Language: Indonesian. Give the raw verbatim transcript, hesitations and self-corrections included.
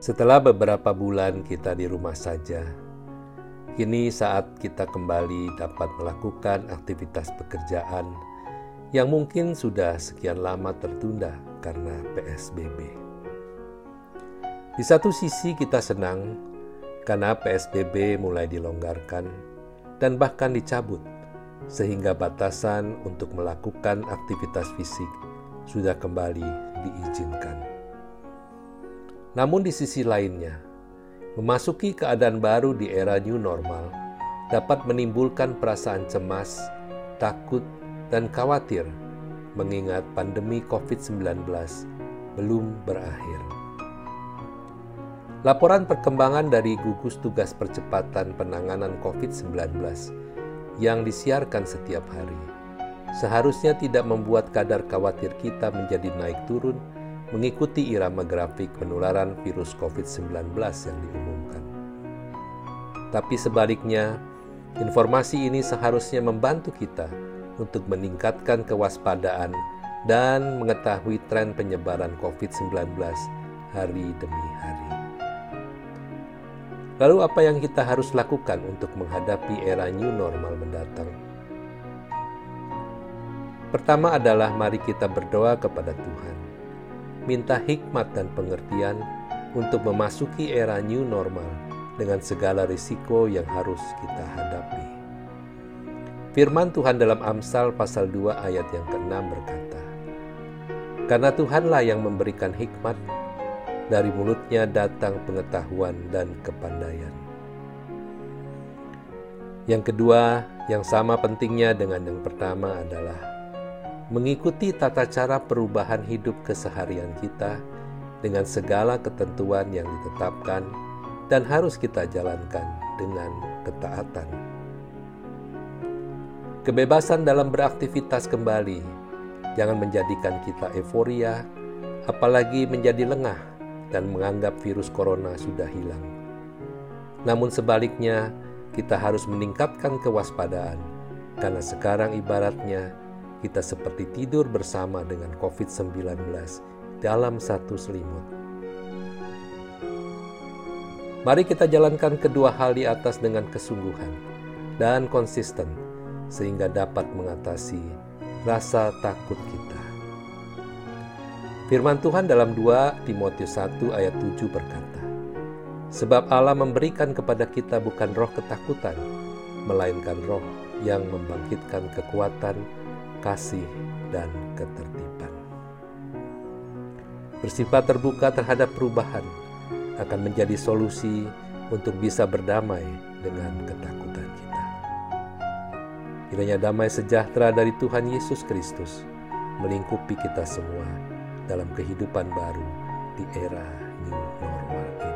Setelah beberapa bulan kita di rumah saja, kini saat kita kembali dapat melakukan aktivitas pekerjaan yang mungkin sudah sekian lama tertunda karena P S B B. Di satu sisi kita senang karena P S B B mulai dilonggarkan dan bahkan dicabut, sehingga batasan untuk melakukan aktivitas fisik sudah kembali diizinkan. Namun di sisi lainnya, memasuki keadaan baru di era new normal dapat menimbulkan perasaan cemas, takut, dan khawatir mengingat pandemi covid sembilan belas belum berakhir. Laporan perkembangan dari Gugus Tugas Percepatan Penanganan covid sembilan belas yang disiarkan setiap hari seharusnya tidak membuat kadar khawatir kita menjadi naik turun mengikuti irama grafik penularan virus covid sembilan belas yang diumumkan. Tapi sebaliknya, informasi ini seharusnya membantu kita untuk meningkatkan kewaspadaan dan mengetahui tren penyebaran covid sembilan belas hari demi hari. Lalu apa yang kita harus lakukan untuk menghadapi era new normal mendatang? Pertama adalah mari kita berdoa kepada Tuhan. Minta hikmat dan pengertian untuk memasuki era new normal dengan segala risiko yang harus kita hadapi. Firman Tuhan dalam Amsal pasal dua ayat yang keenam berkata, "Karena Tuhanlah yang memberikan hikmat, dari mulutnya datang pengetahuan dan kepandaian." Yang kedua, yang sama pentingnya dengan yang pertama adalah mengikuti tata cara perubahan hidup keseharian kita dengan segala ketentuan yang ditetapkan dan harus kita jalankan dengan ketaatan. Kebebasan dalam beraktivitas kembali jangan menjadikan kita euforia, apalagi menjadi lengah dan menganggap virus corona sudah hilang. Namun sebaliknya, kita harus meningkatkan kewaspadaan, karena sekarang ibaratnya kita seperti tidur bersama dengan covid sembilan belas dalam satu selimut. Mari kita jalankan kedua hal di atas dengan kesungguhan dan konsisten, sehingga dapat mengatasi rasa takut kita. Firman Tuhan dalam dua Timotius satu ayat tujuh berkata, "Sebab Allah memberikan kepada kita bukan roh ketakutan, melainkan roh yang membangkitkan kekuatan, kasih, dan ketertiban." Bersifat terbuka terhadap perubahan akan menjadi solusi untuk bisa berdamai dengan ketakutan kita. Kiranya damai sejahtera dari Tuhan Yesus Kristus melingkupi kita semua dalam kehidupan baru di era new normal ini.